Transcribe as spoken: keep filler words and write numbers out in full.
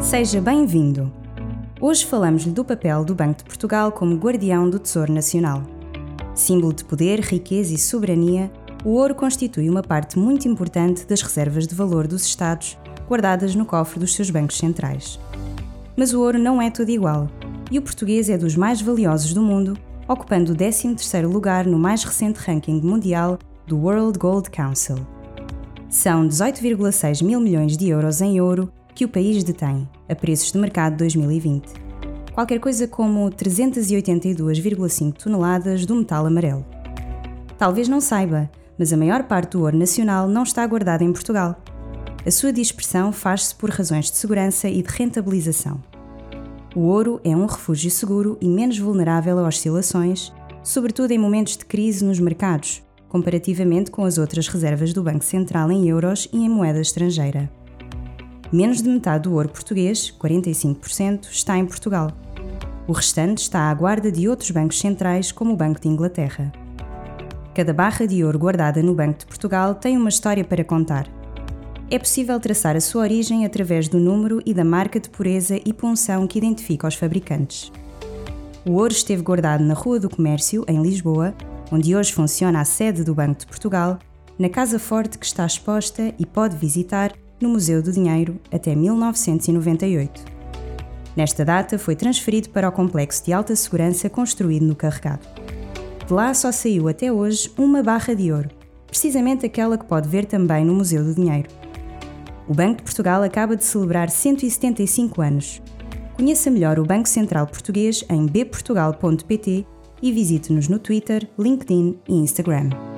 Seja bem-vindo! Hoje falamos-lhe do papel do Banco de Portugal como guardião do Tesouro Nacional. Símbolo de poder, riqueza e soberania, o ouro constitui uma parte muito importante das reservas de valor dos Estados, guardadas no cofre dos seus bancos centrais. Mas o ouro não é tudo igual, e o português é dos mais valiosos do mundo, ocupando o décimo terceiro lugar no mais recente ranking mundial do World Gold Council. São dezoito vírgula seis mil milhões de euros em ouro que o país detém, a preços de mercado dois mil e vinte. Qualquer coisa como trezentas e oitenta e duas vírgula cinco toneladas do metal amarelo. Talvez não saiba, mas a maior parte do ouro nacional não está guardada em Portugal. A sua dispersão faz-se por razões de segurança e de rentabilização. O ouro é um refúgio seguro e menos vulnerável a oscilações, sobretudo em momentos de crise nos mercados, comparativamente com as outras reservas do Banco Central em euros e em moeda estrangeira. Menos de metade do ouro português, quarenta e cinco por cento, está em Portugal. O restante está à guarda de outros bancos centrais, como o Banco de Inglaterra. Cada barra de ouro guardada no Banco de Portugal tem uma história para contar. É possível traçar a sua origem através do número e da marca de pureza e punção que identifica os fabricantes. O ouro esteve guardado na Rua do Comércio, em Lisboa, onde hoje funciona a sede do Banco de Portugal, na Casa Forte que está exposta e pode visitar no Museu do Dinheiro até mil novecentos e noventa e oito. Nesta data foi transferido para o complexo de alta segurança construído no Carregado. De lá só saiu até hoje uma barra de ouro, precisamente aquela que pode ver também no Museu do Dinheiro. O Banco de Portugal acaba de celebrar cento e setenta e cinco anos. Conheça melhor o Banco Central Português em b portugal ponto p t e visite-nos no Twitter, LinkedIn e Instagram.